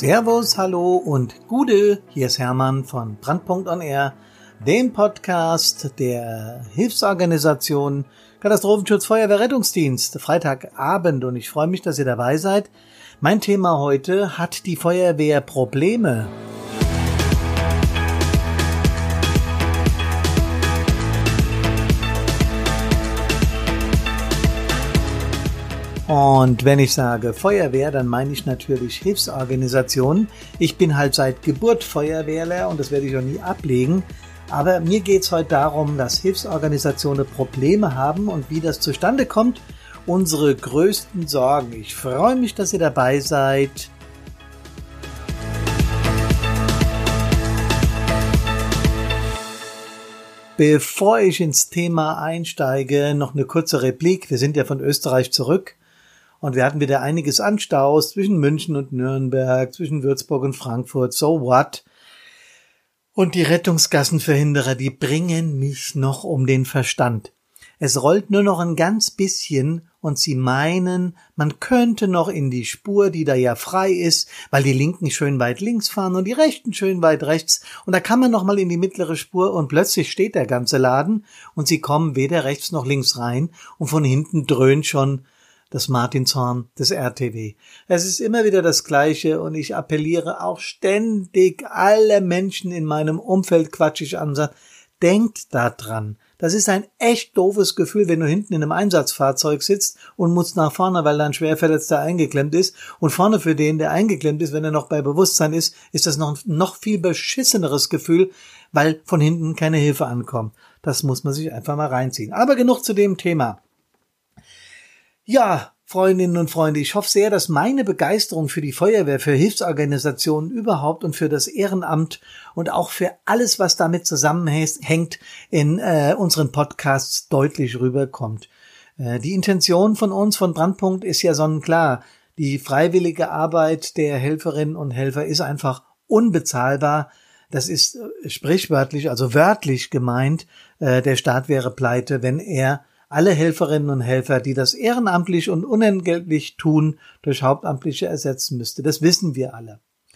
Servus, hallo und Gude, hier ist Hermann von Brandpunkt on Air, dem Podcast der Hilfsorganisation Katastrophenschutz Feuerwehr Rettungsdienst, Freitagabend, und ich freue mich, dass ihr dabei seid. Mein Thema heute: hat die Feuerwehr Probleme? Und wenn ich sage Feuerwehr, dann meine ich natürlich Hilfsorganisationen. Ich bin halt seit Geburt Feuerwehrler und das werde ich auch nie ablegen. Aber mir geht es heute darum, dass Hilfsorganisationen Probleme haben und wie das zustande kommt. Unsere größten Sorgen. Ich freue mich, dass ihr dabei seid. Bevor ich ins Thema einsteige, noch eine kurze Replik. Wir sind ja von Österreich zurück. Und wir hatten wieder einiges an Staus zwischen München und Nürnberg, zwischen Würzburg und Frankfurt, so what? Und die Rettungsgassenverhinderer, die bringen mich noch um den Verstand. Es rollt nur noch ein ganz bisschen und sie meinen, man könnte noch in die Spur, die da ja frei ist, weil die Linken schön weit links fahren und die Rechten schön weit rechts. Und da kann man noch mal in die mittlere Spur und plötzlich steht der ganze Laden und sie kommen weder rechts noch links rein und von hinten dröhnt schon das Martinshorn des RTW. Es ist immer wieder das Gleiche und ich appelliere auch ständig alle Menschen in meinem Umfeld, quatsch ich an, denkt da dran. Das ist ein echt doofes Gefühl, wenn du hinten in einem Einsatzfahrzeug sitzt und musst nach vorne, weil da ein Schwerverletzter eingeklemmt ist, und vorne für den, der eingeklemmt ist, wenn er noch bei Bewusstsein ist, ist das noch viel beschisseneres Gefühl, weil von hinten keine Hilfe ankommt. Das muss man sich einfach mal reinziehen. Aber genug zu dem Thema. Ja, Freundinnen und Freunde, ich hoffe sehr, dass meine Begeisterung für die Feuerwehr, für Hilfsorganisationen überhaupt und für das Ehrenamt und auch für alles, was damit zusammenhängt, in unseren Podcasts deutlich rüberkommt. Die Intention von uns, von Brandpunkt, ist ja sonnenklar. Die freiwillige Arbeit der Helferinnen und Helfer ist einfach unbezahlbar. Das ist sprichwörtlich, also wörtlich gemeint, der Staat wäre pleite, wenn er alle Helferinnen und Helfer, die das ehrenamtlich und unentgeltlich tun, durch Hauptamtliche ersetzen müsste. Das wissen wir alle.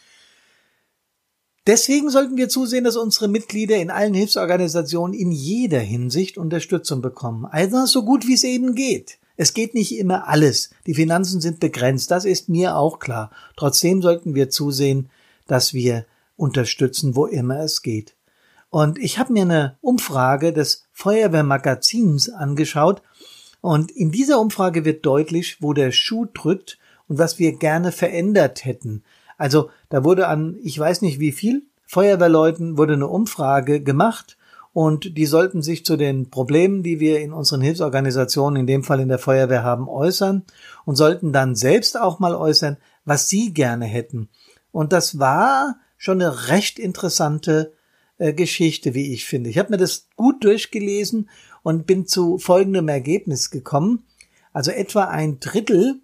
Deswegen sollten wir zusehen, dass unsere Mitglieder in allen Hilfsorganisationen in jeder Hinsicht Unterstützung bekommen. Also so gut wie es eben geht. Es geht nicht immer alles. Die Finanzen sind begrenzt, das ist mir auch klar. Trotzdem sollten wir zusehen, dass wir unterstützen, wo immer es geht. Und ich habe mir eine Umfrage des Feuerwehrmagazins angeschaut und in dieser Umfrage wird deutlich, wo der Schuh drückt und was wir gerne verändert hätten. Also da wurde an, ich weiß nicht wie viel Feuerwehrleuten, wurde eine Umfrage gemacht und die sollten sich zu den Problemen, die wir in unseren Hilfsorganisationen, in dem Fall in der Feuerwehr haben, äußern und sollten dann selbst auch mal äußern, was sie gerne hätten. Und das war schon eine recht interessante Geschichte, wie ich finde. Ich habe mir das gut durchgelesen und bin zu folgendem Ergebnis gekommen. Also etwa ein Drittel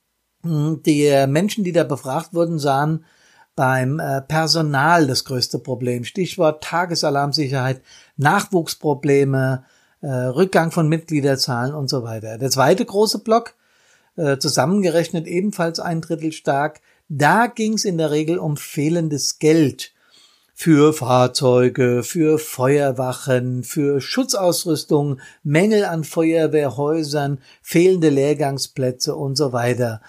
der Menschen, die da befragt wurden, sahen beim Personal das größte Problem. Stichwort Tagesalarmsicherheit, Nachwuchsprobleme, Rückgang von Mitgliederzahlen und so weiter. Der zweite große Block, zusammengerechnet ebenfalls ein Drittel stark, da ging es in der Regel um fehlendes Geld für Fahrzeuge, für Feuerwachen, für Schutzausrüstung, Mängel an Feuerwehrhäusern, fehlende Lehrgangsplätze und so weiter.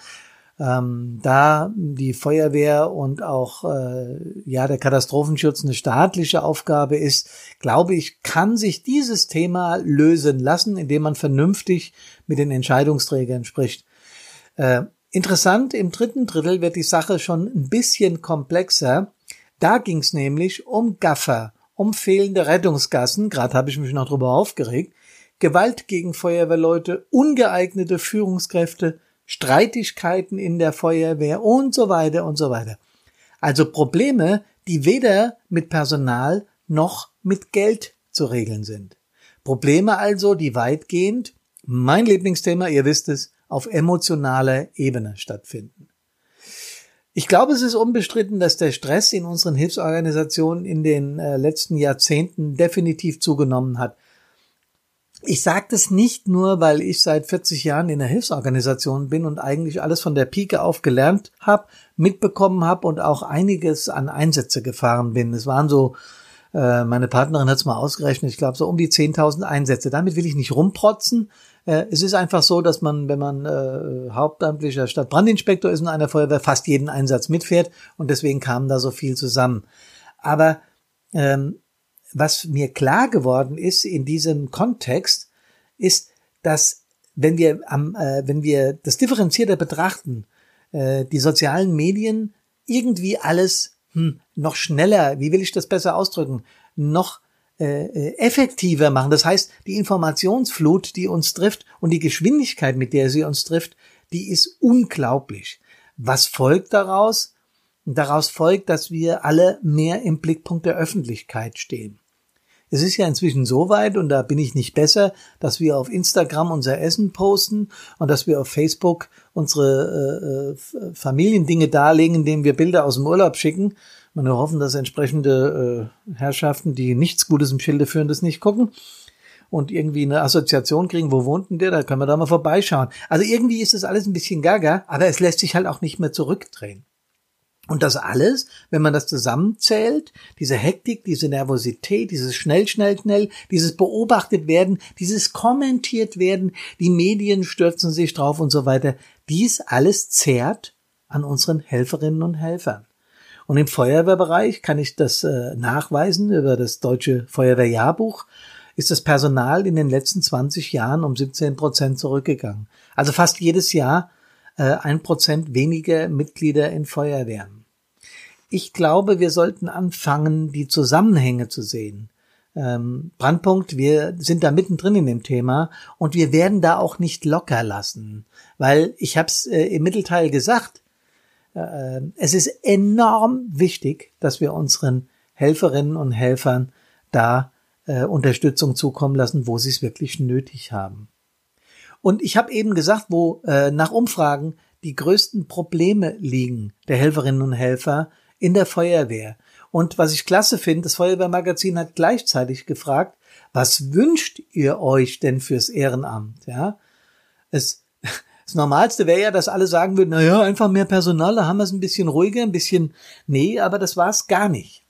Da die Feuerwehr und auch der Katastrophenschutz eine staatliche Aufgabe ist, glaube ich, kann sich dieses Thema lösen lassen, indem man vernünftig mit den Entscheidungsträgern spricht. Interessant, im dritten Drittel wird die Sache schon ein bisschen komplexer. Da ging es nämlich um Gaffer, um fehlende Rettungsgassen, gerade habe ich mich noch drüber aufgeregt, Gewalt gegen Feuerwehrleute, ungeeignete Führungskräfte, Streitigkeiten in der Feuerwehr und so weiter und so weiter. Also Probleme, die weder mit Personal noch mit Geld zu regeln sind. Probleme also, die weitgehend, mein Lieblingsthema, ihr wisst es, auf emotionaler Ebene stattfinden. Ich glaube, es ist unbestritten, dass der Stress in unseren Hilfsorganisationen in den letzten Jahrzehnten definitiv zugenommen hat. Ich sage das nicht nur, weil ich seit 40 Jahren in der Hilfsorganisation bin und eigentlich alles von der Pike auf gelernt habe, mitbekommen habe und auch einiges an Einsätze gefahren bin. Es waren so, meine Partnerin hat es mal ausgerechnet, ich glaube so um die 10.000 Einsätze. Damit will ich nicht rumprotzen. Es ist einfach so, dass man, wenn man hauptamtlicher Stadtbrandinspektor ist in einer Feuerwehr, fast jeden Einsatz mitfährt und deswegen kam da so viel zusammen. Aber was mir klar geworden ist in diesem Kontext, ist, dass wenn wir das differenzierter betrachten, die sozialen Medien irgendwie alles noch schneller, wie will ich das besser ausdrücken, noch effektiver machen. Das heißt, die Informationsflut, die uns trifft und die Geschwindigkeit, mit der sie uns trifft, die ist unglaublich. Was folgt daraus? Daraus folgt, dass wir alle mehr im Blickpunkt der Öffentlichkeit stehen. Es ist ja inzwischen so weit, und da bin ich nicht besser, dass wir auf Instagram unser Essen posten und dass wir auf Facebook unsere Familiendinge darlegen, indem wir Bilder aus dem Urlaub schicken. Und wir hoffen, dass entsprechende Herrschaften, die nichts Gutes im Schilde führen, das nicht gucken und irgendwie eine Assoziation kriegen, wo wohnt denn der? Da können wir da mal vorbeischauen. Also irgendwie ist das alles ein bisschen gaga, aber es lässt sich halt auch nicht mehr zurückdrehen. Und das alles, wenn man das zusammenzählt, diese Hektik, diese Nervosität, dieses schnell, dieses beobachtet werden, dieses kommentiert werden, die Medien stürzen sich drauf und so weiter, dies alles zehrt an unseren Helferinnen und Helfern. Und im Feuerwehrbereich kann ich das nachweisen über das Deutsche Feuerwehrjahrbuch, ist das Personal in den letzten 20 Jahren um 17% zurückgegangen. Also fast jedes Jahr 1% weniger Mitglieder in Feuerwehren. Ich glaube, wir sollten anfangen, die Zusammenhänge zu sehen. Brandpunkt, wir sind da mittendrin in dem Thema und wir werden da auch nicht locker lassen, weil ich habe es im Mittelteil gesagt, es ist enorm wichtig, dass wir unseren Helferinnen und Helfern da Unterstützung zukommen lassen, wo sie es wirklich nötig haben. Und ich habe eben gesagt, wo nach Umfragen die größten Probleme liegen der Helferinnen und Helfer in der Feuerwehr. Und was ich klasse finde, das Feuerwehrmagazin hat gleichzeitig gefragt, was wünscht ihr euch denn fürs Ehrenamt? Ja, das Normalste wäre ja, dass alle sagen würden, na ja, einfach mehr Personal, da haben wir es ein bisschen ruhiger, nee, aber das war es gar nicht.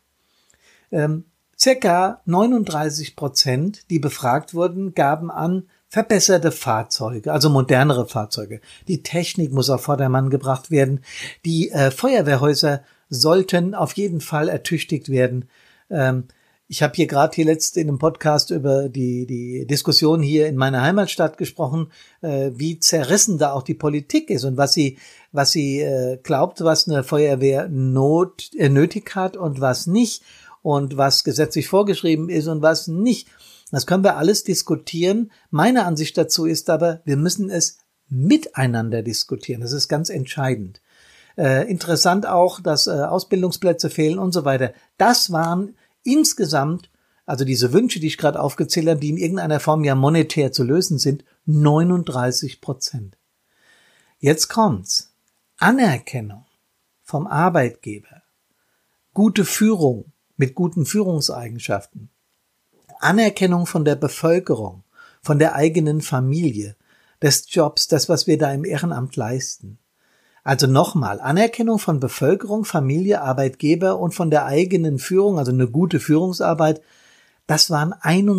Circa 39%, die befragt wurden, gaben an, verbesserte Fahrzeuge, also modernere Fahrzeuge. Die Technik muss auf Vordermann gebracht werden. Die Feuerwehrhäuser sollten auf jeden Fall ertüchtigt werden. Ich habe hier letzt in einem Podcast über die Diskussion hier in meiner Heimatstadt gesprochen, wie zerrissen da auch die Politik ist und was sie glaubt, was eine Feuerwehr nötig hat und was nicht und was gesetzlich vorgeschrieben ist und was nicht. Das können wir alles diskutieren. Meine Ansicht dazu ist aber, wir müssen es miteinander diskutieren. Das ist ganz entscheidend. Interessant auch, dass Ausbildungsplätze fehlen und so weiter. Das waren insgesamt, also diese Wünsche, die ich gerade aufgezählt habe, die in irgendeiner Form ja monetär zu lösen sind, 39%. Jetzt kommt's. Anerkennung vom Arbeitgeber, gute Führung mit guten Führungseigenschaften, Anerkennung von der Bevölkerung, von der eigenen Familie, des Jobs, das, was wir da im Ehrenamt leisten. Also nochmal, Anerkennung von Bevölkerung, Familie, Arbeitgeber und von der eigenen Führung, also eine gute Führungsarbeit, das waren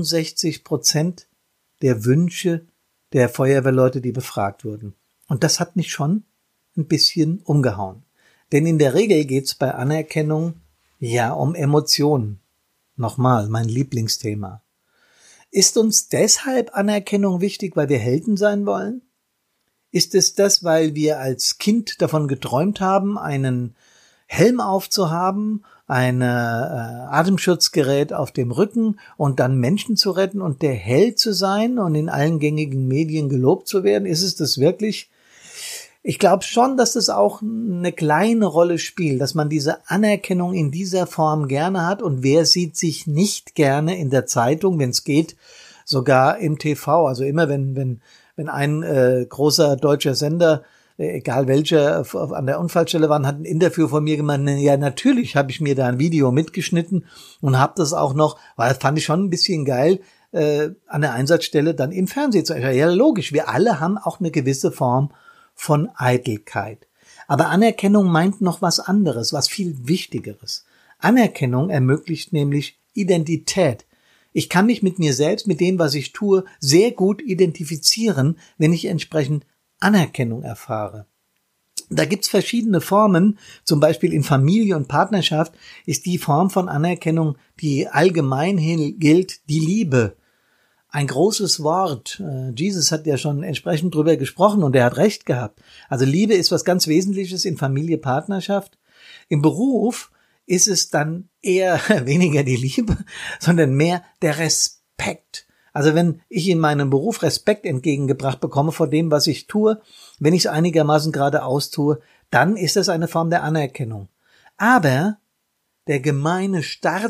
61% der Wünsche der Feuerwehrleute, die befragt wurden. Und das hat mich schon ein bisschen umgehauen. Denn in der Regel geht's bei Anerkennung ja um Emotionen. Nochmal, mein Lieblingsthema. Ist uns deshalb Anerkennung wichtig, weil wir Helden sein wollen? Ist es das, weil wir als Kind davon geträumt haben, einen Helm aufzuhaben, ein Atemschutzgerät auf dem Rücken und dann Menschen zu retten und der Held zu sein und in allen gängigen Medien gelobt zu werden? Ist es das wirklich? Ich glaube schon, dass das auch eine kleine Rolle spielt, dass man diese Anerkennung in dieser Form gerne hat. Und wer sieht sich nicht gerne in der Zeitung, wenn es geht, sogar im TV? Also immer, wenn ein großer deutscher Sender, egal welcher, an der Unfallstelle war, hat ein Interview von mir gemacht. Ja, natürlich habe ich mir da ein Video mitgeschnitten und habe das auch noch, weil das fand ich schon ein bisschen geil, an der Einsatzstelle dann im Fernsehen zu erscheinen. Ja, logisch, wir alle haben auch eine gewisse Form von Eitelkeit. Aber Anerkennung meint noch was anderes, was viel Wichtigeres. Anerkennung ermöglicht nämlich Identität. Ich kann mich mit mir selbst, mit dem, was ich tue, sehr gut identifizieren, wenn ich entsprechend Anerkennung erfahre. Da gibt's verschiedene Formen, zum Beispiel in Familie und Partnerschaft ist die Form von Anerkennung, die allgemein gilt, die Liebe. Ein großes Wort. Jesus hat ja schon entsprechend drüber gesprochen und er hat recht gehabt. Also Liebe ist was ganz Wesentliches in Familie, Partnerschaft. Im Beruf ist es dann eher weniger die Liebe, sondern mehr der Respekt. Also wenn ich in meinem Beruf Respekt entgegengebracht bekomme vor dem, was ich tue, wenn ich es einigermaßen geradeaus tue, dann ist das eine Form der Anerkennung. Aber der gemeine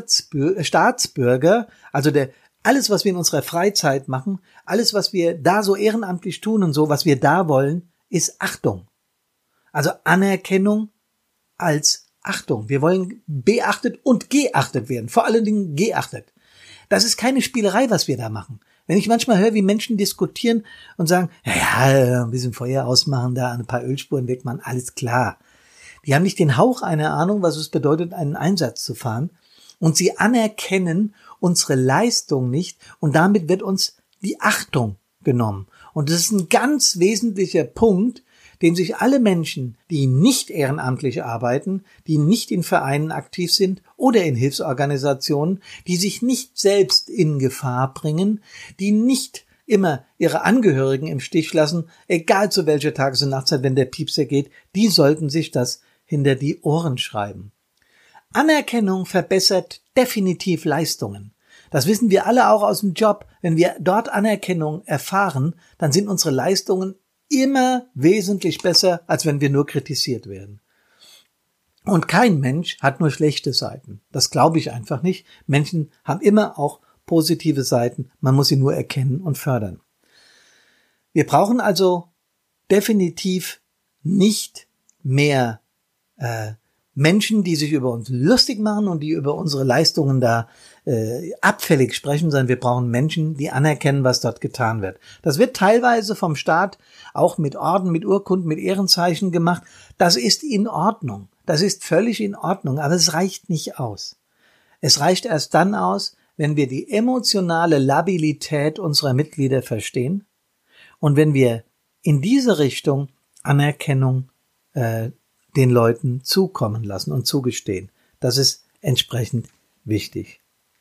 Staatsbürger, also alles, was wir in unserer Freizeit machen, alles, was wir da so ehrenamtlich tun und so, was wir da wollen, ist Achtung. Also Anerkennung als Achtung. Wir wollen beachtet und geachtet werden, vor allen Dingen geachtet. Das ist keine Spielerei, was wir da machen. Wenn ich manchmal höre, wie Menschen diskutieren und sagen, ja, ein bisschen Feuer ausmachen, da ein paar Ölspuren wegmachen, alles klar. Die haben nicht den Hauch einer Ahnung, was es bedeutet, einen Einsatz zu fahren. Und sie anerkennen unsere Leistung nicht und damit wird uns die Achtung genommen. Und das ist ein ganz wesentlicher Punkt, den sich alle Menschen, die nicht ehrenamtlich arbeiten, die nicht in Vereinen aktiv sind oder in Hilfsorganisationen, die sich nicht selbst in Gefahr bringen, die nicht immer ihre Angehörigen im Stich lassen, egal zu welcher Tages- und Nachtzeit, wenn der Piepser geht, die sollten sich das hinter die Ohren schreiben. Anerkennung verbessert definitiv Leistungen. Das wissen wir alle auch aus dem Job. Wenn wir dort Anerkennung erfahren, dann sind unsere Leistungen immer wesentlich besser, als wenn wir nur kritisiert werden. Und kein Mensch hat nur schlechte Seiten. Das glaube ich einfach nicht. Menschen haben immer auch positive Seiten. Man muss sie nur erkennen und fördern. Wir brauchen also definitiv nicht mehr Menschen, die sich über uns lustig machen und die über unsere Leistungen da abfällig sprechen, sondern wir brauchen Menschen, die anerkennen, was dort getan wird. Das wird teilweise vom Staat auch mit Orden, mit Urkunden, mit Ehrenzeichen gemacht. Das ist in Ordnung. Das ist völlig in Ordnung, aber es reicht nicht aus. Es reicht erst dann aus, wenn wir die emotionale Labilität unserer Mitglieder verstehen und wenn wir in diese Richtung Anerkennung den Leuten zukommen lassen und zugestehen. Das ist entsprechend wichtig.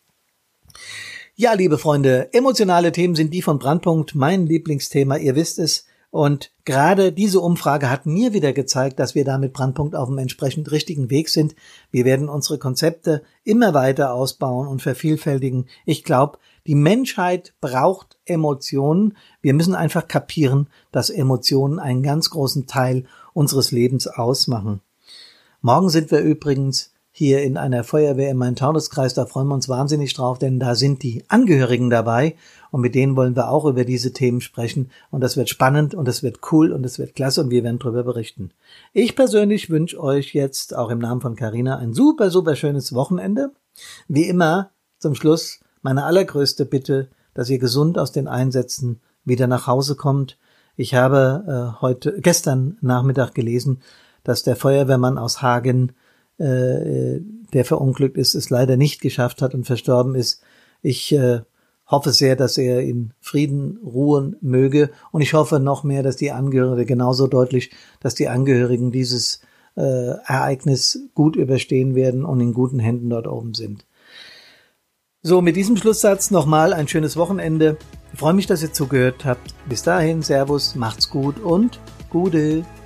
Ja, liebe Freunde, emotionale Themen sind die von Brandpunkt, mein Lieblingsthema, ihr wisst es. Und gerade diese Umfrage hat mir wieder gezeigt, dass wir da mit Brandpunkt auf dem entsprechend richtigen Weg sind. Wir werden unsere Konzepte immer weiter ausbauen und vervielfältigen. Ich glaube, die Menschheit braucht Emotionen. Wir müssen einfach kapieren, dass Emotionen einen ganz großen Teil unseres Lebens ausmachen. Morgen sind wir übrigens hier in einer Feuerwehr im Main-Taunus-Kreis, da freuen wir uns wahnsinnig drauf, denn da sind die Angehörigen dabei und mit denen wollen wir auch über diese Themen sprechen und das wird spannend und das wird cool und das wird klasse und wir werden darüber berichten. Ich persönlich wünsche euch jetzt auch im Namen von Carina ein super, super schönes Wochenende. Wie immer zum Schluss meine allergrößte Bitte, dass ihr gesund aus den Einsätzen wieder nach Hause kommt. Ich habe gestern Nachmittag gelesen, dass der Feuerwehrmann aus Hagen, der verunglückt ist, es leider nicht geschafft hat und verstorben ist. Ich hoffe sehr, dass er in Frieden ruhen möge und ich hoffe noch mehr, dass die Angehörigen, genauso deutlich, dass die Angehörigen dieses Ereignis gut überstehen werden und in guten Händen dort oben sind. So, mit diesem Schlusssatz nochmal ein schönes Wochenende. Ich freue mich, dass ihr zugehört habt. Bis dahin, Servus, macht's gut und Gude.